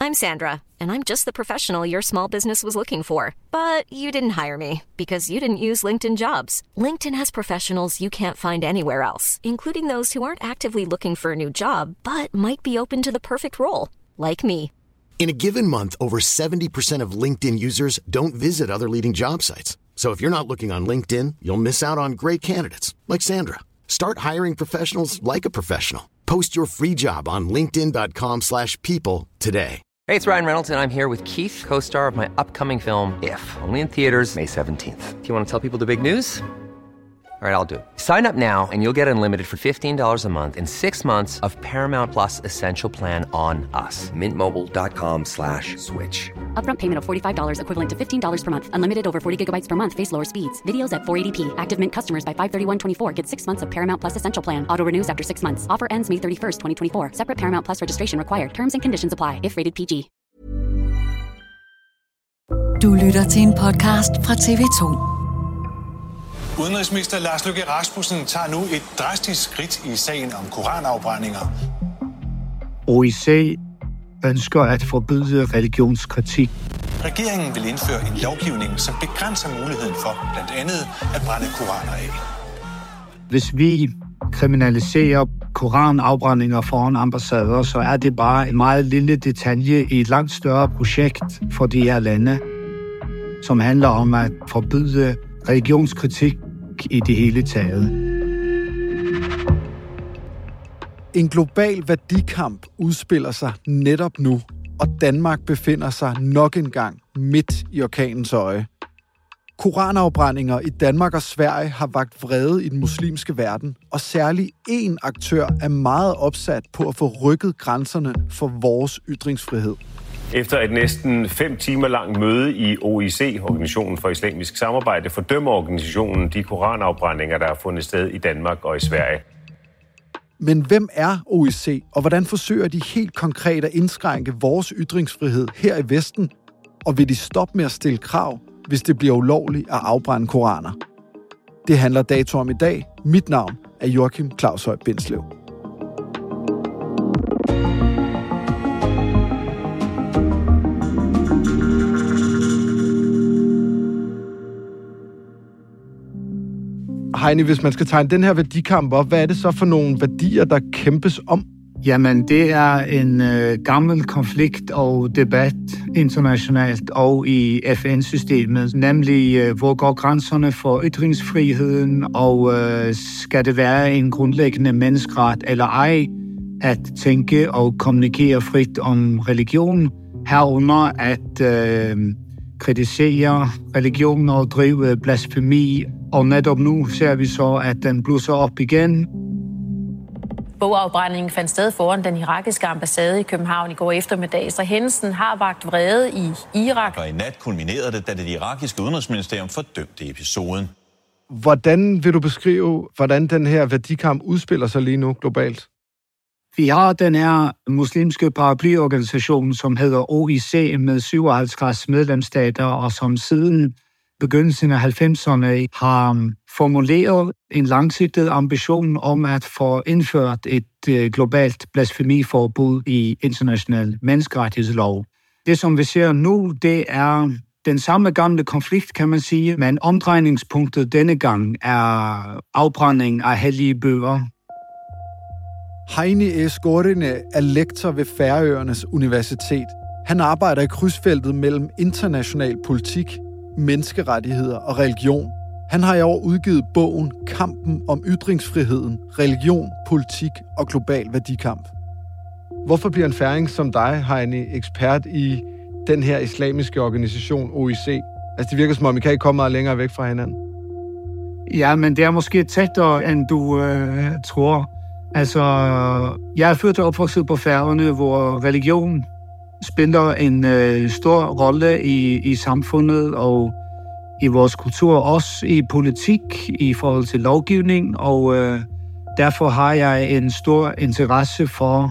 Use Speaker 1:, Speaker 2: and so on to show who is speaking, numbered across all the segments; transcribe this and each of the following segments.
Speaker 1: I'm Sandra, and I'm just the professional your small business was looking for. But you didn't hire me because you didn't use LinkedIn Jobs. LinkedIn has professionals you can't find anywhere else, including those who aren't actively looking for a new job, but might be open to the perfect role, like me.
Speaker 2: In a given month, over 70% of LinkedIn users don't visit other leading job sites. So if you're not looking on LinkedIn, you'll miss out on great candidates like Sandra. Start hiring professionals like a professional. Post your free job on linkedin.com/people today.
Speaker 3: Hey, it's Ryan Reynolds, and I'm here with Keith, co-star of my upcoming film, If, only in theaters May 17th. Do you want to tell people the big news? All right, I'll do it. Sign up now and you'll get unlimited for $15 a month and 6 months of Paramount Plus Essential Plan on us. Mintmobile.com/switch.
Speaker 4: Upfront payment of $45 equivalent to $15 per month. Unlimited over 40 gigabytes per month. Face lower speeds. Videos at 480p. Active Mint customers by 531.24 get 6 months of Paramount Plus Essential Plan. Auto renews after 6 months. Offer ends May 31st, 2024. Separate Paramount Plus registration required. Terms and conditions apply if rated PG.
Speaker 5: Du lytter til en podcast fra TV2.
Speaker 6: Udenrigsminister Lars Løkke Rasmussen tager nu et drastisk skridt i sagen om koranafbrændinger.
Speaker 7: OIC ønsker at forbyde religionskritik.
Speaker 6: Regeringen vil indføre en lovgivning, som begrænser muligheden for blandt andet at brænde koraner af.
Speaker 7: Hvis vi kriminaliserer koranafbrændinger foran ambassader, så er det bare en meget lille detalje i et langt større projekt for de her lande, som handler om at forbyde religionskritik i det hele taget.
Speaker 8: En global værdikamp udspiller sig netop nu, og Danmark befinder sig nok engang midt i orkanens øje. Koranafbrændinger i Danmark og Sverige har vakt vrede i den muslimske verden, og særlig én aktør er meget opsat på at få rykket grænserne for vores ytringsfrihed.
Speaker 9: Efter et næsten 5 timer langt møde i OIC, Organisationen for Islamisk Samarbejde, fordømmer organisationen de koranafbrændinger, der har fundet sted i Danmark og i Sverige.
Speaker 8: Men hvem er OIC, og hvordan forsøger de helt konkret at indskrænke vores ytringsfrihed her i Vesten? Og vil de stoppe med at stille krav, hvis det bliver ulovligt at afbrænde koraner? Det handler Dato om i dag. Mit navn er Joachim Claus Høj Bindslev. Heini, hvis man skal tegne den her værdikamp op, hvad er det så for nogle værdier, der kæmpes om?
Speaker 7: Jamen, det er en gammel konflikt og debat internationalt og i FN-systemet, nemlig hvor går grænserne for ytringsfriheden, og skal det være en grundlæggende menneskeret eller ej at tænke og kommunikere frit om religion, herunder at kritisere religion og drive blasfemi. Og netop nu ser vi så, at den blusser op igen.
Speaker 10: Bogafbrændingen fandt sted foran den irakiske ambassade i København i går eftermiddag, så hændelsen har vakt vrede i Irak.
Speaker 11: Og i nat kulminerede det, da det irakiske udenrigsministerium fordømte episoden.
Speaker 8: Hvordan vil du beskrive, hvordan den her værdikamp udspiller sig lige nu globalt?
Speaker 7: Vi har den her muslimske paraplyorganisation, som hedder OIC, med 57 medlemsstater, og som siden begyndelsen af 90'erne har formuleret en langsigtet ambition om at få indført et globalt blasfemiforbud i international menneskerettighedslov. Det, som vi ser nu, det er den samme gamle konflikt, kan man sige, men omdrejningspunktet denne gang er afbrænding af hellige bøger.
Speaker 8: Heini Eskorine er lektor ved Færøernes Universitet. Han arbejder i krydsfeltet mellem international politik, menneskerettigheder og religion. Han har i år udgivet bogen Kampen om ytringsfriheden, religion, politik og global værdikamp. Hvorfor bliver en færing som dig, Heini, ekspert i den her islamiske organisation OIC? Altså, det virker som om, I kan ikke komme meget længere væk fra hinanden.
Speaker 7: Ja, men det er måske tættere, end du tror. Altså, jeg er født og opvokset på Færøerne, hvor religion spiller en stor rolle i samfundet og i vores kultur, også i politik i forhold til lovgivning, og derfor har jeg en stor interesse for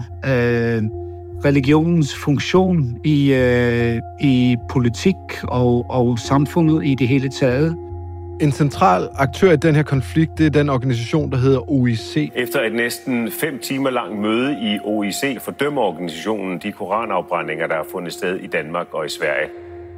Speaker 7: religionens funktion i politik og samfundet i det hele taget.
Speaker 8: En central aktør i den her konflikt, det er den organisation, der hedder OIC.
Speaker 9: Efter et næsten 5 timer langt møde i OIC fordømmer organisationen de koranafbrændinger, der har fundet sted i Danmark og i Sverige.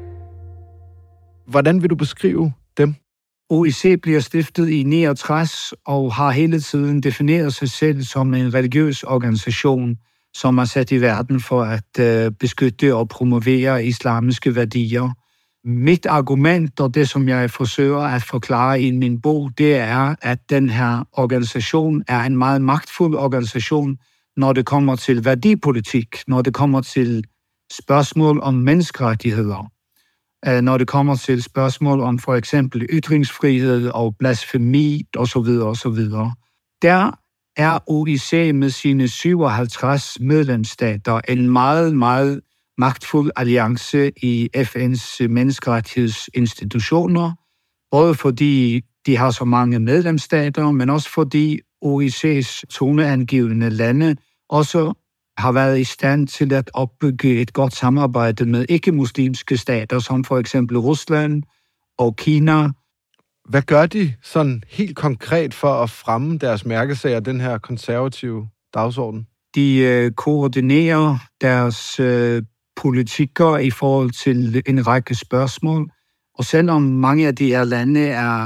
Speaker 8: Hvordan vil du beskrive dem?
Speaker 7: OIC bliver stiftet i 69 og har hele tiden defineret sig selv som en religiøs organisation, som er sat i verden for at beskytte og promovere islamiske værdier. Mit argument, og det som jeg forsøger at forklare i min bog, det er, at den her organisation er en meget magtfuld organisation, når det kommer til værdipolitik, når det kommer til spørgsmål om menneskerettigheder, når det kommer til spørgsmål om for eksempel ytringsfrihed og blasfemi osv. osv. Der er OIC med sine 57 medlemsstater en meget, meget magtfuld alliance i FN's menneskerettighedsinstitutioner, både fordi de har så mange medlemsstater, men også fordi OIC's toneangivende lande også har været i stand til at opbygge et godt samarbejde med ikke-muslimske stater, som for eksempel Rusland og Kina.
Speaker 8: Hvad gør de sådan helt konkret for at fremme deres mærkesager, den her konservative dagsorden?
Speaker 7: De koordinerer deres politikker i forhold til en række spørgsmål. Og selvom mange af de her lande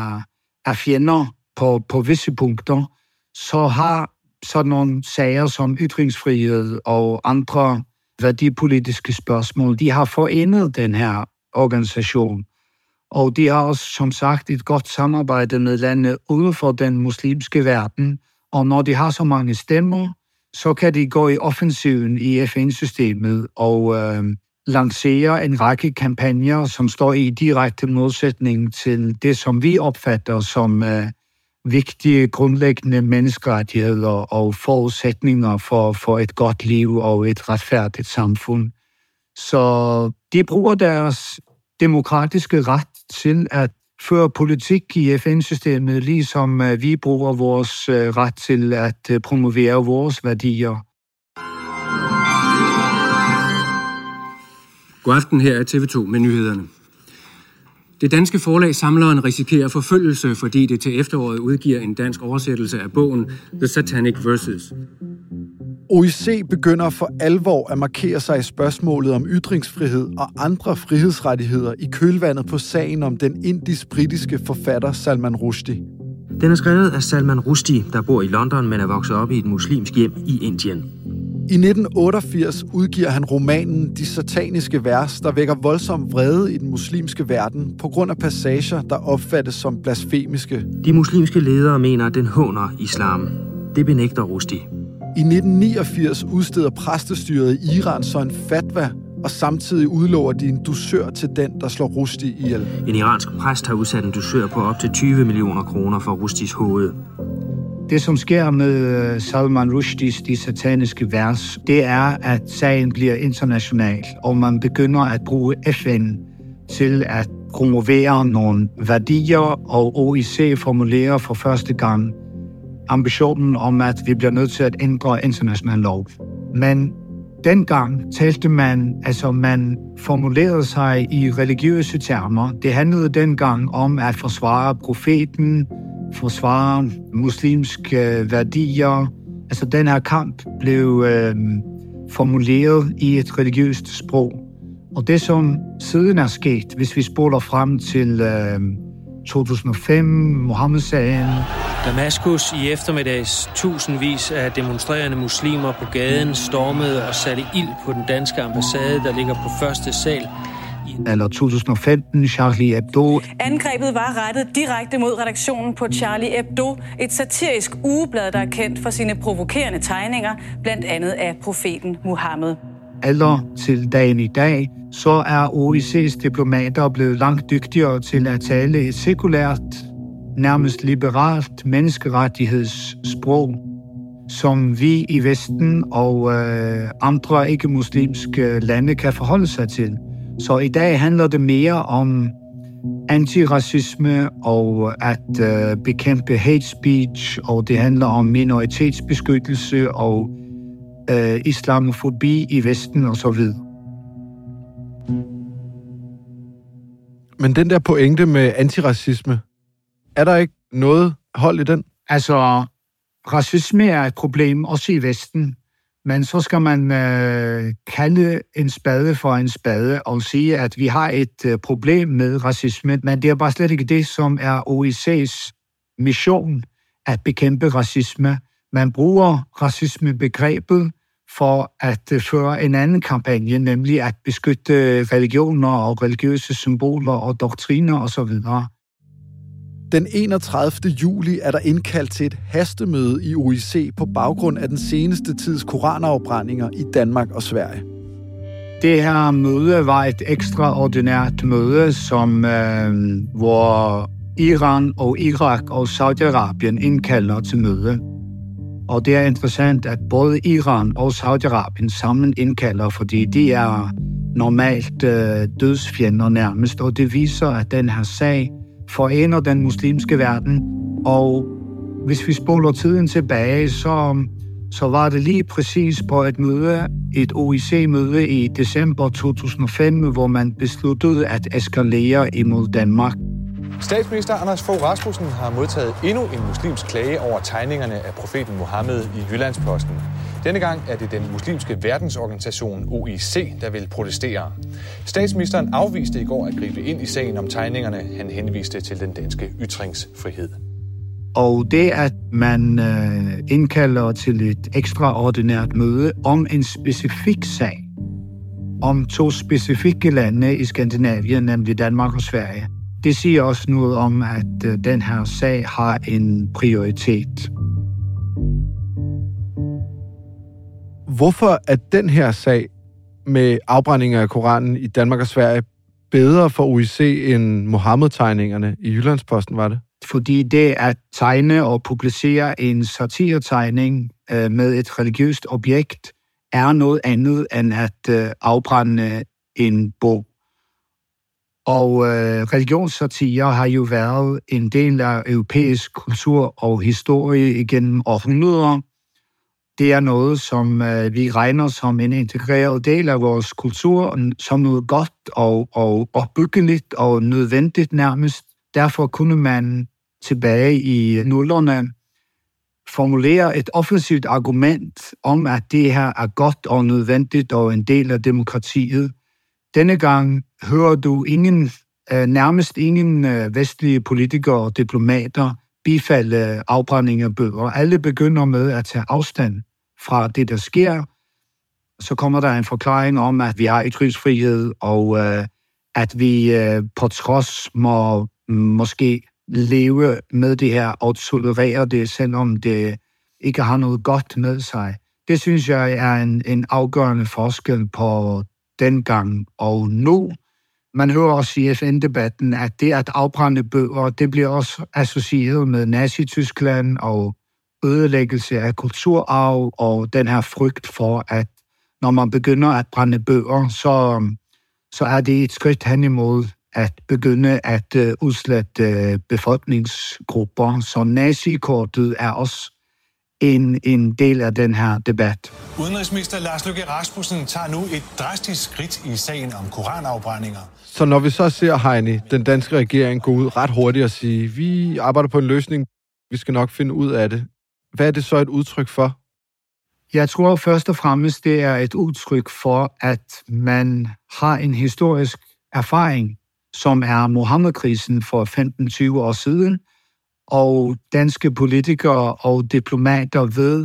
Speaker 7: er fjender på visse punkter, så har sådan nogle sager som ytringsfrihed og andre værdipolitiske spørgsmål, de har forenet den her organisation. Og de har også, som sagt, et godt samarbejde med lande uden for den muslimske verden. Og når de har så mange stemmer, så kan de gå i offensiven i FN-systemet og lancere en række kampagner, som står i direkte modsætning til det, som vi opfatter som vigtige grundlæggende menneskerettigheder og forudsætninger for et godt liv og et retfærdigt samfund. Så de bruger deres demokratiske ret til at føre politik i FN-systemet, ligesom vi bruger vores ret til at promovere vores værdier.
Speaker 12: God aften, her er TV2 med nyhederne. Det danske forlag Samleren risikerer forfølgelse, fordi det til efteråret udgiver en dansk oversættelse af bogen The Satanic Verses.
Speaker 8: OIC begynder for alvor at markere sig i spørgsmålet om ytringsfrihed og andre frihedsrettigheder i kølvandet på sagen om den indisk-britiske forfatter Salman Rushdie.
Speaker 13: Den er skrevet af Salman Rushdie, der bor i London, men er vokset op i et muslimsk hjem i Indien.
Speaker 8: I 1988 udgiver han romanen De Sataniske Vers, der vækker voldsom vrede i den muslimske verden på grund af passager, der opfattes som blasfemiske.
Speaker 13: De muslimske ledere mener, at den håner islam. Det benægter Rushdie.
Speaker 8: I 1989 udsteder præstestyret i Iran så en fatwa, og samtidig udlover de en dusør til den, der slår Rushdie ihjel.
Speaker 13: En iransk præst har udsat en dusør på op til 20 millioner kroner for Rushdies hoved.
Speaker 7: Det, som sker med Salman Rushdies De Sataniske Vers, det er, at sagen bliver international, og man begynder at bruge FN til at promovere nogle værdier, og OIC formulerer for første gang ambitionen om, at vi bliver nødt til at ændre international lov. Men dengang talte man formulerede sig i religiøse termer. Det handlede dengang om at forsvare profeten, forsvare muslimske værdier. Altså den her kamp blev formuleret i et religiøst sprog. Og det, som siden er sket, hvis vi spoler frem til 2005, Mohammed-sagen.
Speaker 14: Damaskus i eftermiddags. Tusindvis af demonstrerende muslimer på gaden stormede og satte ild på den danske ambassade, der ligger på første sal.
Speaker 7: Eller 2015, Charlie Hebdo.
Speaker 15: Angrebet var rettet direkte mod redaktionen på Charlie Hebdo, et satirisk ugeblad, der er kendt for sine provokerende tegninger, blandt andet af profeten Muhammed.
Speaker 7: Eller til dagen i dag, så er OIC's diplomater blevet langt dygtigere til at tale et sekulært, nærmest liberalt menneskerettighedssprog, som vi i Vesten og andre ikke-muslimske lande kan forholde sig til. Så i dag handler det mere om antiracisme og at bekæmpe hate speech, og det handler om minoritetsbeskyttelse og islamofobi i Vesten og så videre.
Speaker 8: Men den der pointe med antiracisme, Er der ikke noget hold i den?
Speaker 7: Altså, racisme er et problem også i Vesten, men så skal man kalde en spade for en spade og sige, at vi har et problem med racisme, men det er bare slet ikke det, som er OIC's mission at bekæmpe racisme. Man bruger racismebegrebet for at føre en anden kampagne, nemlig at beskytte religioner og religiøse symboler og doktriner osv.
Speaker 8: Den 31. juli er der indkaldt til et hastemøde i OIC på baggrund af den seneste tids koranafbrændinger i Danmark og Sverige.
Speaker 7: Det her møde var et ekstraordinært møde, hvor Iran og Irak og Saudi-Arabien indkalder til møde. Og det er interessant, at både Iran og Saudi-Arabien sammen indkalder, fordi de er normalt dødsfjender nærmest, og det viser, at den her sag forener den muslimske verden. Og hvis vi spoler tiden tilbage, så var det lige præcis på et OIC-møde i december 2005, hvor man besluttede at eskalere imod Danmark.
Speaker 16: Statsminister Anders Fogh Rasmussen har modtaget endnu en muslimsk klage over tegningerne af profeten Muhammed i Jyllandsposten. Denne gang er det den muslimske verdensorganisation OIC, der vil protestere. Statsministeren afviste i går at gribe ind i sagen om tegningerne. Han henviste til den danske ytringsfrihed.
Speaker 7: Og det, at man indkalder til et ekstraordinært møde om en specifik sag, om 2 specifikke lande i Skandinavien, nemlig Danmark og Sverige, det siger også noget om, at den her sag har en prioritet.
Speaker 8: Hvorfor er den her sag med afbrændinger af Koranen i Danmark og Sverige bedre for OIC end Mohammed-tegningerne i Jyllandsposten, var det?
Speaker 7: Fordi det at tegne og publicere en satiretegning med et religiøst objekt er noget andet end at afbrænde en bog. Og religionssatire har jo været en del af europæisk kultur og historie igennem århundreder. Det er noget, som vi regner som en integreret del af vores kultur, som noget godt og opbyggeligt og nødvendigt nærmest. Derfor kunne man tilbage i 00'erne formulere et offensivt argument om, at det her er godt og nødvendigt og en del af demokratiet. Denne gang hører du nærmest ingen vestlige politikere og diplomater bifalde afbrænding af bøger. Alle begynder med at tage afstand fra det, der sker. Så kommer der en forklaring om, at vi har ytringsfrihed, og at vi på trods må måske leve med det her og tolerere det, selvom det ikke har noget godt med sig. Det synes jeg er en afgørende forskel på dengang og nu. Man hører også i FN-debatten, at det at afbrænde bøger, det bliver også associeret med Nazi-Tyskland og ødelæggelse af kulturarv og den her frygt for, at når man begynder at brænde bøger, så er det et skridt hen imod at begynde at udslette befolkningsgrupper. Så nazikortet er også en del af den her debat.
Speaker 6: Udenrigsminister Lars Løkke Rasmussen tager nu et drastisk skridt i sagen om koranafbrændinger.
Speaker 8: Så når vi så ser, Heini, den danske regering gå ud ret hurtigt og sige, vi arbejder på en løsning, vi skal nok finde ud af det. Hvad er det så et udtryk for?
Speaker 7: Jeg tror først og fremmest, det er et udtryk for, at man har en historisk erfaring, som er Mohammed-krisen for 15-20 år siden, og danske politikere og diplomater ved,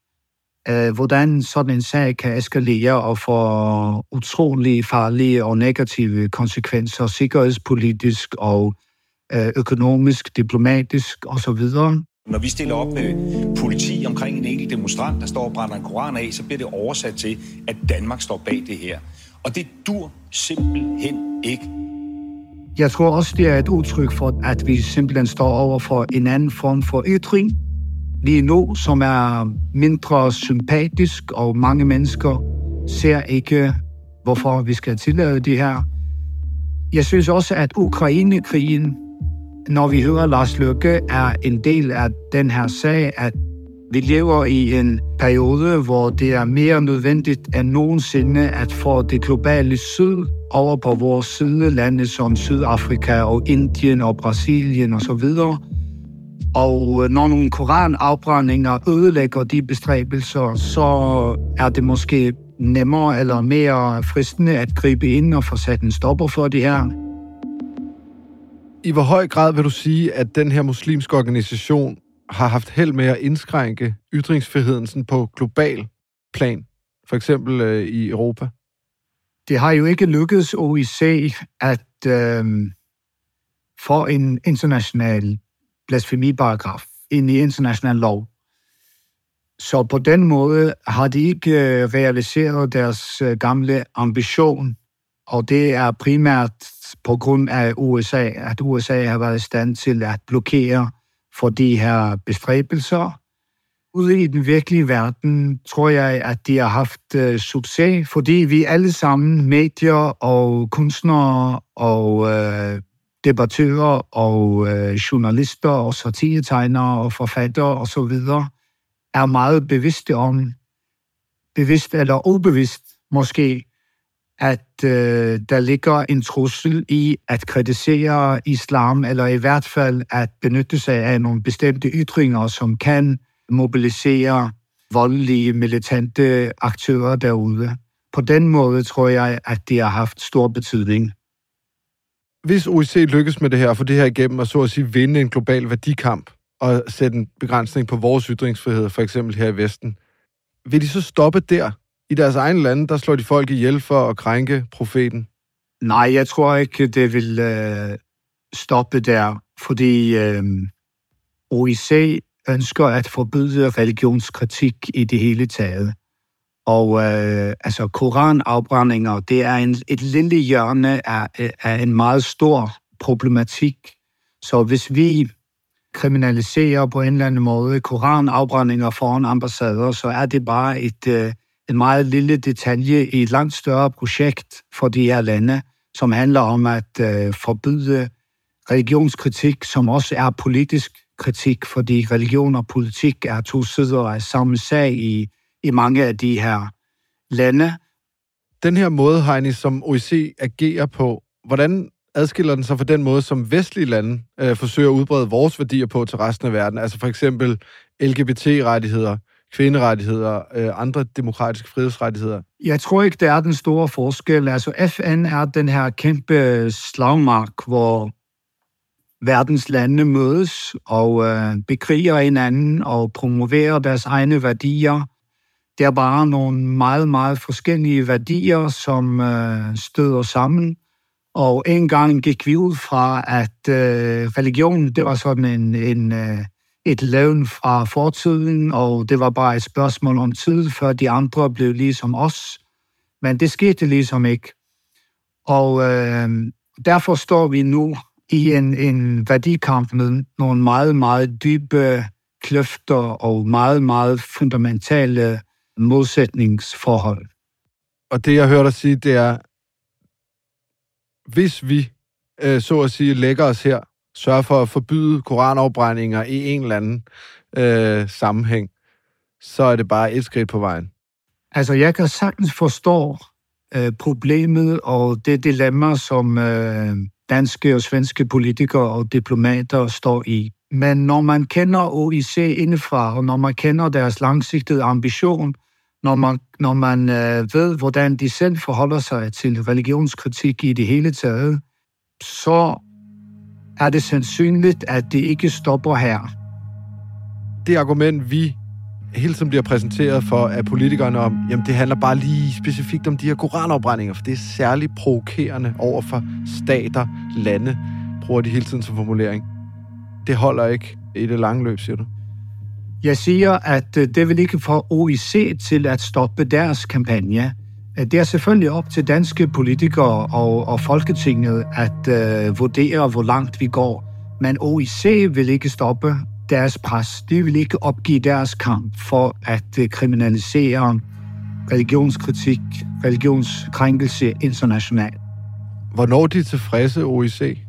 Speaker 7: hvordan sådan en sag kan eskalere og få utrolig farlige og negative konsekvenser, sikkerhedspolitisk og økonomisk, diplomatisk osv.
Speaker 17: Når vi stiller op med politi omkring en enkelt demonstrant, der står og brænder en koran af, så bliver det oversat til, at Danmark står bag det her. Og det dur simpelthen ikke.
Speaker 7: Jeg tror også, det er et udtryk for, at vi simpelthen står over for en anden form for ytring lige nu, som er mindre sympatisk, og mange mennesker ser ikke, hvorfor vi skal tillade det her. Jeg synes også, at Ukraine-krigen, når vi hører Lars Løkke, er en del af den her sag, at Vi lever i en periode, hvor det er mere nødvendigt end nogensinde at få det globale syd over på vores sidelande som Sydafrika og Indien og Brasilien osv. Og når nogle koranafbrændinger ødelægger de bestræbelser, så er det måske nemmere eller mere fristende at gribe ind og få sat en stopper for det her.
Speaker 8: I hvor høj grad vil du sige, at den her muslimske organisation har haft held med at indskrænke ytringsfriheden sådan på global plan, for eksempel i Europa?
Speaker 7: Det har jo ikke lykkedes OIC at få en international blasfemiparagraf ind i international lov. Så på den måde har de ikke realiseret deres gamle ambition, og det er primært på grund af USA, at USA har været i stand til at blokere for de her bestræbelser. Ude i den virkelige verden tror jeg, at de har haft succes, fordi vi alle sammen, medier og kunstnere og debattører og journalister og satiretegnere og forfattere osv. er meget bevidste om, bevidst eller ubevidst måske, at der ligger en trussel i at kritisere islam, eller i hvert fald at benytte sig af nogle bestemte ytringer, som kan mobilisere voldelige, militante aktører derude. På den måde tror jeg, at det har haft stor betydning.
Speaker 8: Hvis OIC lykkes med det her, og få det her igennem, og så at sige vinde en global værdikamp, og sætte en begrænsning på vores ytringsfrihed, for eksempel her i Vesten, vil de så stoppe der? I deres egne lande, der slår de folk ihjel for at krænke profeten?
Speaker 7: Nej, jeg tror ikke, det vil stoppe der, fordi OIC ønsker at forbyde religionskritik i det hele taget. Og altså koranafbrændinger, det er et lille hjørne af en meget stor problematik. Så hvis vi kriminaliserer på en eller anden måde koranafbrændinger foran ambassader, så er det bare en meget lille detalje i et langt større projekt for de her lande, som handler om at forbyde religionskritik, som også er politisk kritik, fordi religion og politik er to sider af samme sag i mange af de her lande.
Speaker 8: Den her måde, Heini, som OIC agerer på, hvordan adskiller den sig fra den måde, som vestlige lande forsøger at udbrede vores værdier på til resten af verden? Altså for eksempel LGBT-rettigheder, kvinderettigheder, andre demokratiske frihedsrettigheder?
Speaker 7: Jeg tror ikke, der er den store forskel. Altså FN er den her kæmpe slagmark, hvor verdens lande mødes og bekriger hinanden og promoverer deres egne værdier. Det er bare nogle meget, meget forskellige værdier, som støder sammen. Og en gang gik vi ud fra, at religion, det var sådan et levn fra fortiden, og det var bare et spørgsmål om tid, før de andre blev ligesom os. Men det skete ligesom ikke. Og derfor står vi nu i en værdikamp med nogle meget, meget dybe kløfter og meget, meget fundamentale modsætningsforhold.
Speaker 8: Og det, jeg hørte dig sige, det er, hvis vi, så at sige, lægger os her, sørger for at forbyde koranafbrændinger i en eller anden sammenhæng, så er det bare et skridt på vejen.
Speaker 7: Altså, jeg kan sagtens forstå problemet og det dilemma, som danske og svenske politikere og diplomater står i. Men når man kender OIC indefra, og når man kender deres langsigtede ambition, når man ved, hvordan de selv forholder sig til religionskritik i det hele taget, så er det sandsynligt, at det ikke stopper her.
Speaker 8: Det argument, vi hele tiden bliver præsenteret for af politikerne om, jamen det handler bare lige specifikt om de her koranafbrændinger, for det er særligt provokerende over for stater, lande, bruger de hele tiden som formulering. Det holder ikke i det lange løb, siger du?
Speaker 7: Jeg siger, at det vil ikke få OIC til at stoppe deres kampagne. Det er selvfølgelig op til danske politikere og Folketinget at vurdere, hvor langt vi går. Men OIC vil ikke stoppe deres pres. De vil ikke opgive deres kamp for at kriminalisere religionskritik, religionskrænkelse internationalt.
Speaker 8: Hvornår er de tilfredse, OIC?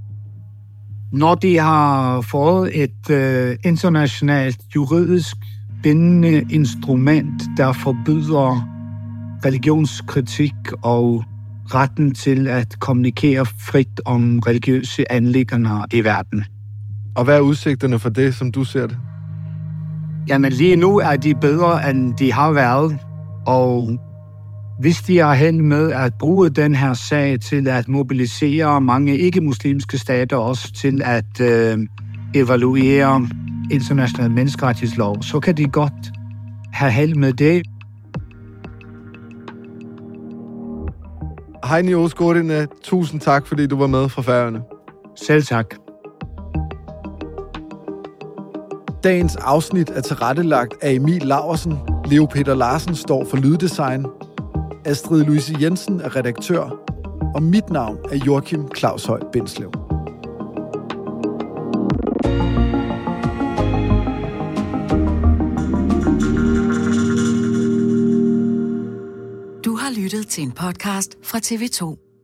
Speaker 7: Når de har fået et internationalt juridisk bindende instrument, der forbyder religionskritik og retten til at kommunikere frit om religiøse anliggender i verden.
Speaker 8: Og hvad er udsigterne for det, som du ser det?
Speaker 7: Jamen lige nu er de bedre, end de har været, og hvis de er hen med at bruge den her sag til at mobilisere mange ikke-muslimske stater også til at evaluere international menneskerettighedslov, så kan de godt have held med det.
Speaker 8: Heini Åsgaardine, tusind tak, fordi du var med fra Færøerne.
Speaker 7: Selv tak.
Speaker 8: Dagens afsnit er tilrettelagt af Emil Laursen. Leo Peter Larsen står for lyddesign. Astrid Louise Jensen er redaktør. Og mit navn er Joachim Claus Høj Bindslev.
Speaker 5: Du har lyttet til en podcast fra TV2.